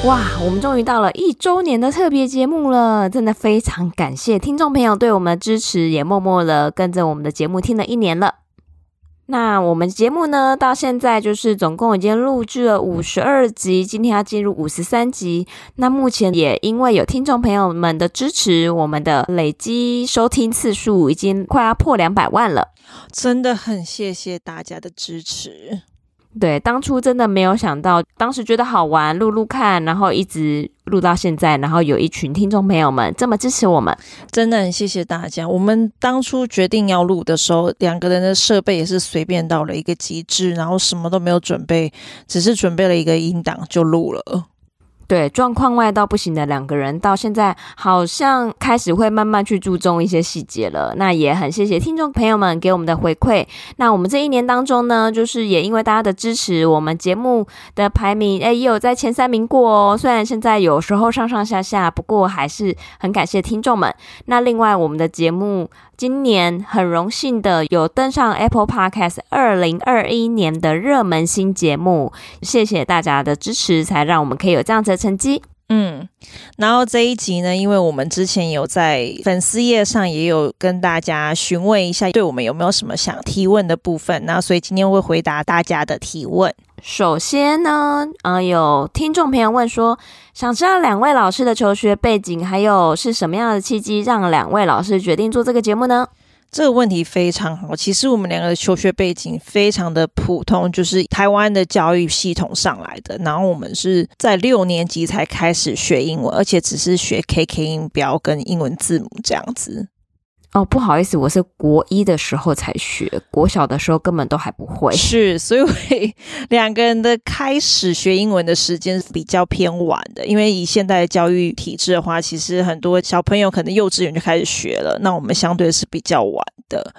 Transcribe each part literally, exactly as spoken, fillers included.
哇，我们终于到了一周年的特别节目了，真的非常感谢听众朋友对我们的支持，也默默的跟着我们的节目听了一年了。那我们节目呢，到现在就是总共已经录制了五十二集，今天要进入五十三集。那目前也因为有听众朋友们的支持，我们的累积收听次数已经快要破两百万了， 真的很谢谢大家的支持。 对，当初真的没有想到，当时觉得好玩，录录看，然后一直录到现在，然后有一群听众朋友们这么支持我们， 真的很谢谢大家。我们当初决定要录的时候，两个人的设备也是随便到了一个极致，然后什么都没有准备，只是准备了一个音档就录了。 对，状况外到不行的两个人，到现在好像开始会慢慢去注重一些细节了。那也很谢谢听众朋友们给我们的回馈。那我们这一年当中呢，就是也因为大家的支持，我们节目的排名诶也有在前三名过哦。虽然现在有时候上上下下，不过还是很感谢听众们。那另外我们的节目今年很荣幸的有登上 Apple Podcast 二零二一年的热门新节目，谢谢大家的支持，才让我们可以有这样子的成绩。 嗯，然后这一集呢，因为我们之前有在粉丝页上也有跟大家询问一下，对我们有没有什么想提问的部分，那所以今天会回答大家的提问。 首先呢，呃，有听众朋友问说，想知道两位老师的求学背景，还有是什么样的契机让两位老师决定做这个节目呢？ 这个问题非常好，其实我们两个的求学背景非常的普通，就是台湾的教育系统上来的，然后我们是在六年级才开始学英文，而且只是学 K K 音标跟英文字母这样子。 哦，不好意思，我是国一的时候才学，国小的时候根本都还不会。 是，所以两个人的开始学英文的时间是比较偏晚的，因为以现代的教育体制的话，其实很多小朋友可能幼稚园就开始学了，那我们相对是比较晚的。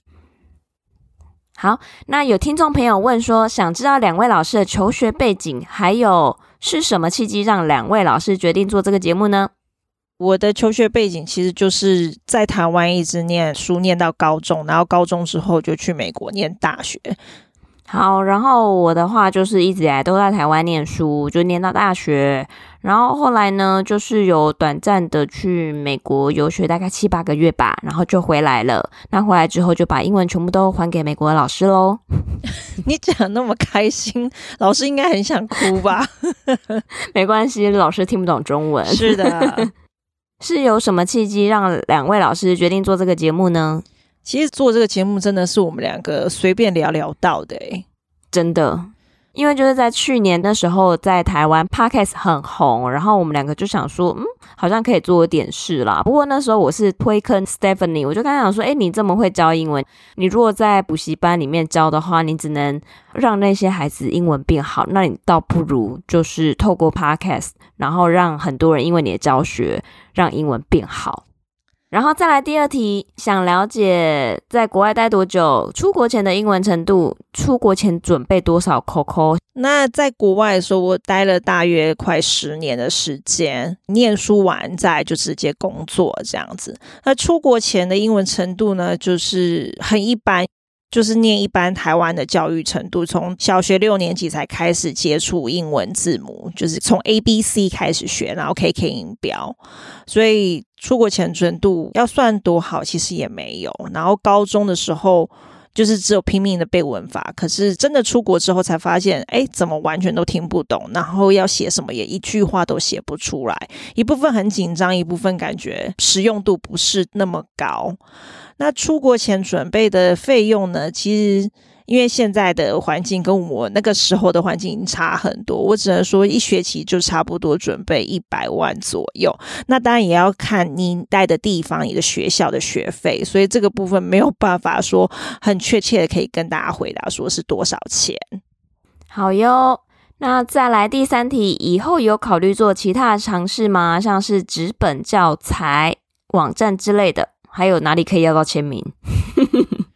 好，那有听众朋友问说，想知道两位老师的求学背景，还有是什么契机让两位老师决定做这个节目呢？ 我的求学背景其实就是在台湾一直念书念到高中，然后高中之后就去美国念大学。 好，然后我的话就是一直以来都在台湾念书，就念到大学，然后后来呢就是有短暂的去美国游学大概七八个月吧，然后就回来了。那回来之后就把英文全部都还给美国的老师咯。 你讲那么开心，老师应该很想哭吧？ 没关系，老师听不懂中文。 是的。 是有什么契机让两位老师决定做这个节目呢？ 其实做这个节目真的是我们两个随便聊聊到的耶， 真的。因为就是在去年的时候，在台湾 Podcast 很红，然后我们两个就想说，嗯，好像可以做点事啦。不过那时候我是推坑 Stephanie， 我就跟他讲说，诶，你这么会教英文，你如果在补习班里面教的话，你只能让那些孩子英文变好，那你倒不如就是透过 Podcast， 然后让很多人因为你的教学让英文变好。然后再来第二题，想了解在国外待多久，出国前的英文程度，出国前准备多少 Coco。 那在国外的时候，我待了大约快十年的时间，念书完再来就直接工作这样子。那出国前的英文程度呢，就是很一般，就是念一般台湾的教育程度，从小学六年级才开始接触英文字母，就是从 A B C 开始学，然后 K K 音标，所以出国前程度要算多好其实也没有。然后高中的时候就是只有拼命的背文法，可是真的出国之后才发现，哎，怎么完全都听不懂，然后要写什么也一句话都写不出来，一部分很紧张，一部分感觉实用度不是那么高。那出国前准备的费用呢，其实因为现在的环境跟我那个时候的环境已经差很多，我只能说一学期就差不多准备一百万左右。那当然也要看你待的地方，你的学校的学费，所以这个部分没有办法说很确切的可以跟大家回答说是多少钱。 好哟，那再来第三题，以后有考虑做其他的尝试吗？像是纸本教材、网站之类的，还有哪里可以要到签名？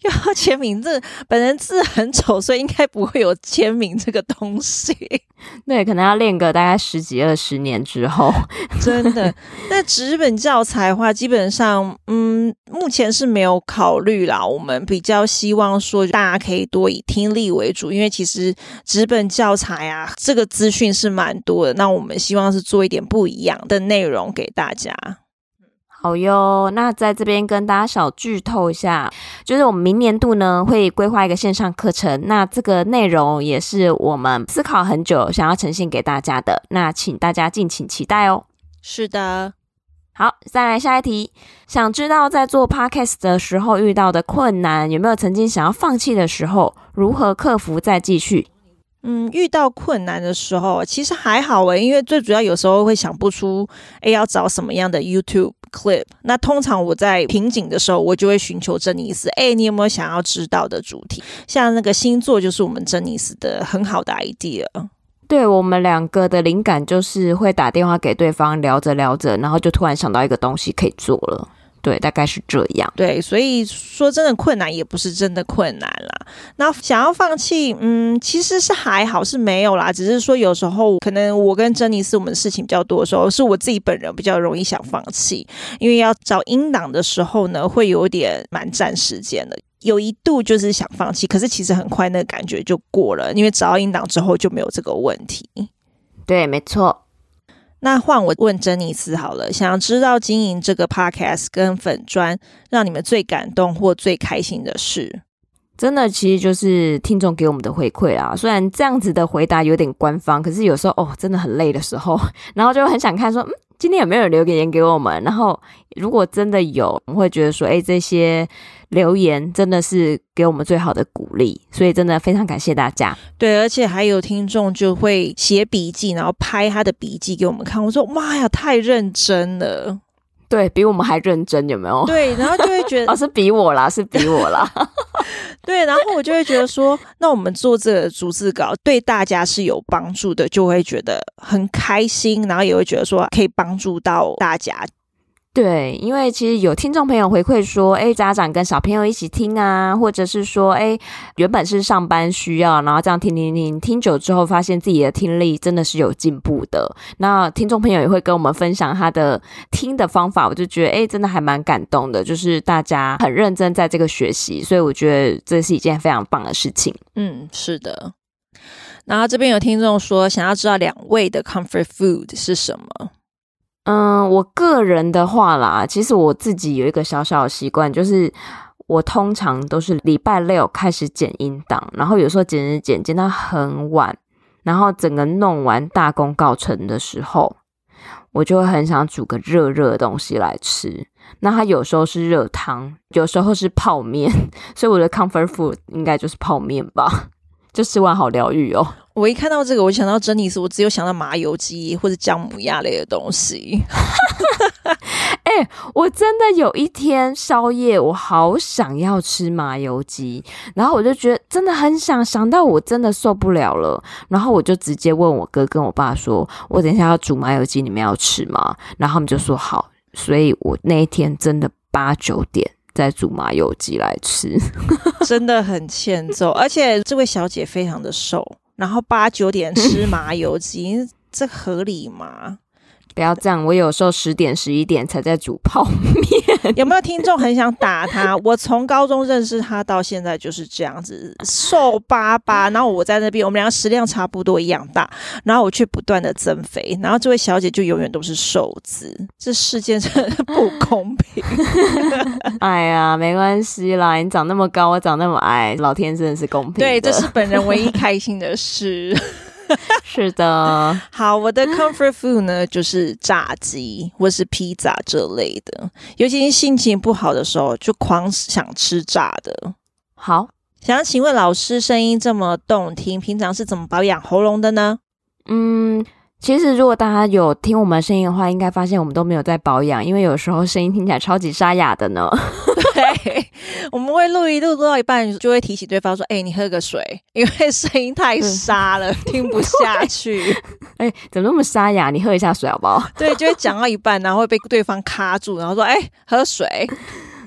又要签名，这本人字很丑，所以应该不会有签名这个东西。 对，可能要练个大概十几二十年之后。 真的，那纸本教材的话，基本上，嗯，目前是没有考虑啦。我们比较希望说，大家可以多以听力为主，因为其实纸本教材啊，这个资讯是蛮多的。那我们希望是做一点不一样的内容给大家。 好哟，那在这边跟大家小剧透一下，就是我们明年度呢会规划一个线上课程，那这个内容也是我们思考很久想要呈现给大家的，那请大家敬请期待哦。 是的。 好，再来下一题，想知道在做 podcast 的时候遇到的困难，有没有曾经想要放弃的时候，如何克服再继续？ 嗯，遇到困难的时候其实还好诶，因为最主要有时候会想不出诶要找什么样的 YouTube clip。那通常我在瓶颈的时候，我就会寻求珍妮斯，诶你有没有想要知道的主题？像那个星座就是我们珍妮斯的很好的 idea。 对，我们两个的灵感就是会打电话给对方，聊着聊着，然后就突然想到一个东西可以做了。对，大概是这样。 对，所以说真的困难也不是真的困难啦。那想要放弃，嗯，其实是还好是没有啦，只是说有时候可能我跟珍妮斯我们事情比较多的时候，是我自己本人比较容易想放弃，因为要找音档的时候呢，会有点蛮占时间的。有一度就是想放弃，可是其实很快那个感觉就过了，因为找到音档之后就没有这个问题。 对，没错。 那换我问珍妮斯好了，想要知道经营这个 podcast 跟粉专让你们最感动或最开心的事。 真的其实就是听众给我们的回馈啦，虽然这样子的回答有点官方，可是有时候哦真的很累的时候，然后就很想看说嗯今天有没有人留言给我们，然后如果真的有，我们会觉得说诶这些留言真的是给我们最好的鼓励，所以真的非常感谢大家。 对，而且还有听众就会写笔记，然后拍他的笔记给我们看，我说妈呀太认真了， 对，比我们还认真，有没有？ 对，然后就会觉得哦是比我啦是比我啦对，然后我就会觉得说那我们做这个逐字稿对大家是有帮助的，就会觉得很开心，然后也会觉得说可以帮助到大家。 对，因为其实有听众朋友回馈说诶家长跟小朋友一起听啊，或者是说诶原本是上班需要，然后这样听听听听久之后发现自己的听力真的是有进步的，那听众朋友也会跟我们分享他的听的方法，我就觉得诶真的还蛮感动的，就是大家很认真在这个学习，所以我觉得这是一件非常棒的事情。 嗯，是的。然后这边有听众说想要知道两位的 comfort food 是什么。 嗯，我个人的话啦，其实我自己有一个小小的习惯，就是我通常都是礼拜六开始剪音档，然后有时候剪剪剪剪到很晚，然后整个弄完大功告成的时候，我就会很想煮个热热的东西来吃。那它有时候是热汤，有时候是泡面，所以我的 comfort food 应该就是泡面吧，就吃完好疗愈哦。 我一看到这个，我想到珍妮斯，我只有想到麻油鸡或者姜母鸭类的东西。 哎、欸，我真的有一天宵夜，我好想要吃麻油鸡，然后我就觉得真的很想，想到我真的受不了了，然后我就直接问我哥跟我爸说，我等一下要煮麻油鸡，你们要吃吗？然后他们就说好，所以我那一天真的八九点再煮麻油鸡来吃， 真的很欠揍，而且这位小姐非常的瘦，然后八九点吃麻油鸡，这合理吗？ 不要这样，我有时候十点十一点才在煮泡面。 有没有听众很想打他？我从高中认识他到现在就是这样子，瘦巴巴，然后我在那边，我们两个食量差不多一样大，然后我却不断的增肥，然后这位小姐就永远都是瘦子，这世界真的不公平。 哎呀，没关系啦，你长那么高，我长那么矮，老天真的是公平的。 对，这是本人唯一开心的事。 是的。 好，我的 comfort food 呢就是炸鸡或是披萨这类的，尤其是心情不好的时候就狂想吃炸的。 好， 想要请问老师，声音这么动听，平常是怎么保养喉咙的呢？ 嗯，其实如果大家有听我们的声音的话，应该发现我们都没有在保养，因为有时候声音听起来超级沙哑的呢。 对，我们会录一录录到一半就会提醒对方说，哎、欸，你喝个水，因为声音太沙了，听不下去。 哎、欸，怎么那么沙哑？你喝一下水好不好？ 对，就会讲到一半，然后会被对方卡住，然后说，哎、欸，喝水。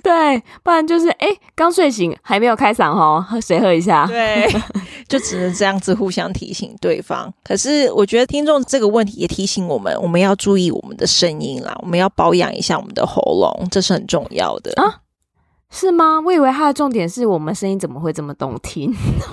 对，不然就是哎，刚睡醒还没有开嗓哦，喝水喝一下。 对，就只能这样子互相提醒对方。可是我觉得听众这个问题也提醒我们，我们要注意我们的声音啦，我们要保养一下我们的喉咙，这是很重要的啊。是吗？我以为它的重点是我们声音怎么会这么动听。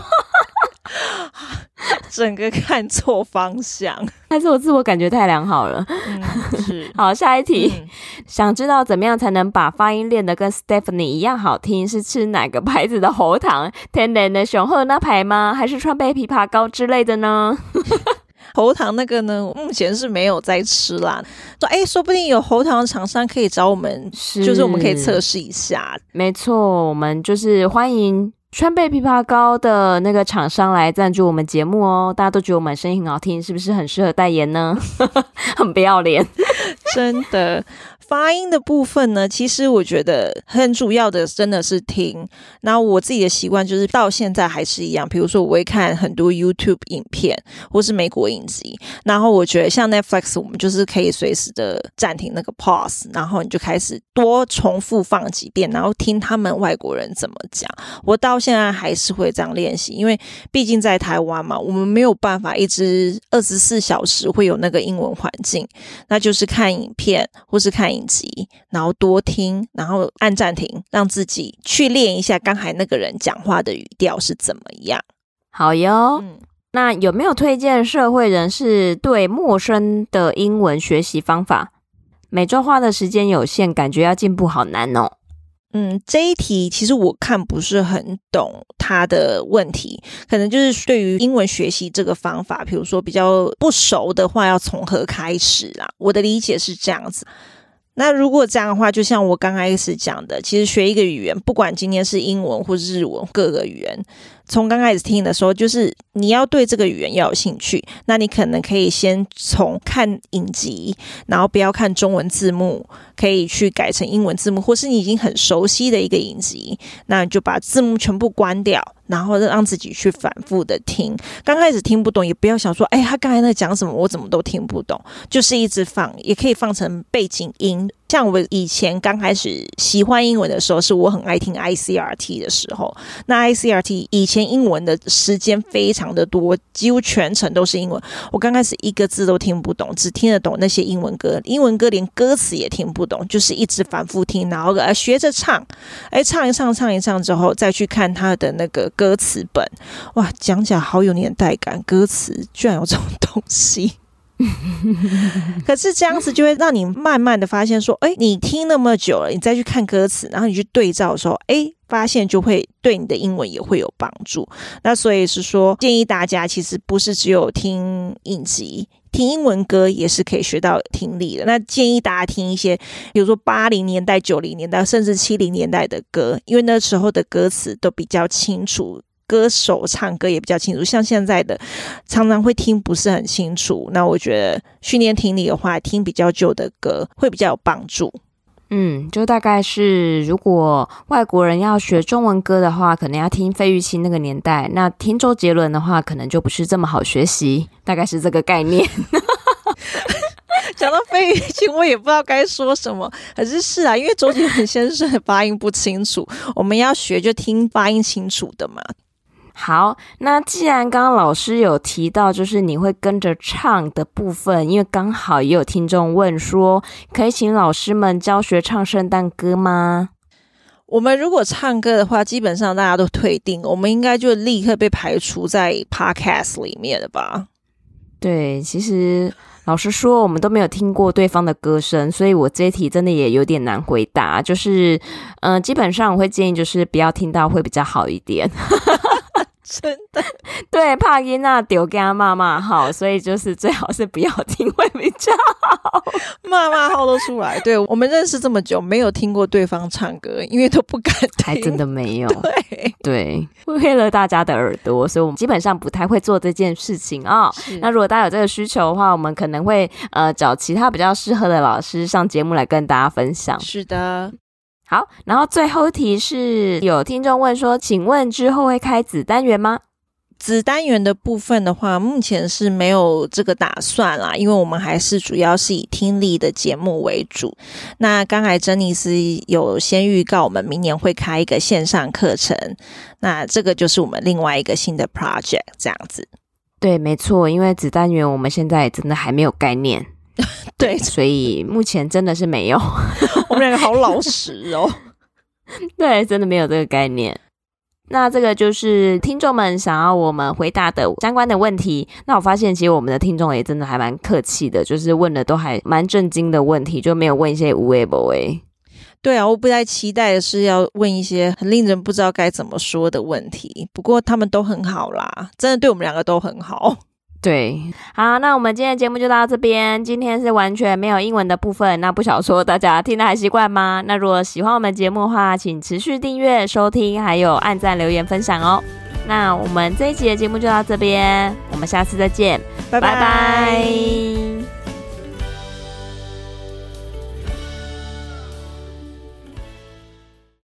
整个看错方向， 还是我自我感觉太良好了。 嗯，是。 好，下一题、 嗯、 想知道怎么样才能把发音练得跟 Stephanie 一样好听？是吃哪个牌子的喉糖？天然的雄鹤那牌吗？还是川贝枇杷膏之类的呢？ 喉糖那个呢，目前是没有在吃啦。说哎，说不定有喉糖的厂商可以找我们，是就是我们可以测试一下。 没错，我们就是欢迎川贝枇杷膏的那个厂商来赞助我们节目哦。大家都觉得我们声音很好听，是不是很适合代言呢？很不要脸。 真的。发音的部分呢，其实我觉得很主要的真的是听。然后我自己的习惯就是到现在还是一样，比如说我会看很多 YouTube 影片或是美国影集，然后我觉得像 Netflix 我们就是可以随时的暂停那个 pause， 然后你就开始多重复放几遍，然后听他们外国人怎么讲。我到现在还是会这样练习，因为毕竟在台湾嘛，我们没有办法一直二十四小时会有那个英文环境，那就是看影片或是看影集，然后多听，然后按暂停，让自己去练一下刚才那个人讲话的语调是怎么样。 好哟、 嗯、 那有没有推荐社会人士对陌生的英文学习方法？每周花的时间有限，感觉要进步好难哦。 嗯，这一题其实我看不是很懂他的问题，可能就是对于英文学习这个方法，比如说比较不熟的话要从何开始啦，我的理解是这样子。那如果这样的话，就像我刚开始讲的，其实学一个语言，不管今天是英文或是日文，各个语言，从刚开始听的时候，就是你要对这个语言要有兴趣，那你可能可以先从看影集，然后不要看中文字幕，可以去改成英文字幕，或是你已经很熟悉的一个影集，那你就把字幕全部关掉，然后让自己去反复的听。刚开始听不懂，也不要想说，哎，他刚才在讲什么，我怎么都听不懂，就是一直放，也可以放成背景音。像我以前刚开始喜欢英文的时候，是我很爱听 I C R T 的时候，那 I C R T 以前英文的时间非常的多，几乎全程都是英文，我刚开始一个字都听不懂，只听得懂那些英文歌，英文歌连歌词也听不懂，就是一直反复听，然后呃学着唱，哎，唱一唱唱一唱之后再去看他的那个歌词本，哇，讲起来好有年代感，歌词居然有这种东西。可是这样子就会让你慢慢的发现说，哎，你听那么久了，你再去看歌词，然后你去对照的时候，哎，发现就会对你的英文也会有帮助。那所以是说，建议大家其实不是只有听影集，听英文歌也是可以学到听力的。那建议大家听一些，比如说八零年代、九零年代，甚至七零年代的歌，因为那时候的歌词都比较清楚。歌手唱歌也比较清楚，像现在的常常会听不是很清楚，那我觉得训练听力的话，听比较旧的歌会比较有帮助。 嗯，就大概是如果外国人要学中文歌的话，可能要听费玉清那个年代，那听周杰伦的话可能就不是这么好学习，大概是这个概念。 讲到费玉清我也不知道该说什么，可是是啊，因为周杰伦先生的发音不清楚，我们要学就听发音清楚的嘛。 好，那既然刚刚老师有提到就是你会跟着唱的部分，因为刚好也有听众问说可以请老师们教学唱圣诞歌吗？ 我们如果唱歌的话，基本上大家都退订，我们应该就立刻被排除在 podcast 里面了吧。 对，其实老实说我们都没有听过对方的歌声，所以我这一题真的也有点难回答，就是嗯、呃，基本上我会建议就是不要听到会比较好一点。 真的， 对，怕囡仔丢给他骂骂号，所以就是最好是不要听会比较好。 骂骂号都出来，对，我们认识这么久，没有听过对方唱歌，因为都不敢听， 还真的没有。 对对，为了大家的耳朵，所以我们基本上不太会做这件事情啊、哦。那如果大家有这个需求的话，我们可能会呃找其他比较适合的老师上节目来跟大家分享。 是的。 好，然后最后一题是有听众问说，请问之后会开子单元吗？ 子单元的部分的话，目前是没有这个打算啦，因为我们还是主要是以听力的节目为主。那刚才珍妮斯有先预告，我们明年会开一个线上课程，那这个就是我们另外一个新的 project 这样子。 对，没错，因为子单元我们现在真的还没有概念， 对， 所以目前真的是没有。 我们两个好老实哦。 对，真的没有这个概念。那这个就是听众们想要我们回答的相关的问题。那我发现其实我们的听众也真的还蛮客气的，就是问的都还蛮震惊的问题，就没有问一些无谓不谓。 对啊，我不太期待的是要问一些很令人不知道该怎么说的问题，不过他们都很好啦，真的对我们两个都很好。 对，好，那我们今天的节目就到这边。今天是完全没有英文的部分，那不想说大家听得还习惯吗？那如果喜欢我们节目的话，请持续订阅、收听，还有按赞、留言、分享哦。那我们这一集的节目就到这边，我们下次再见， 拜拜。 拜拜。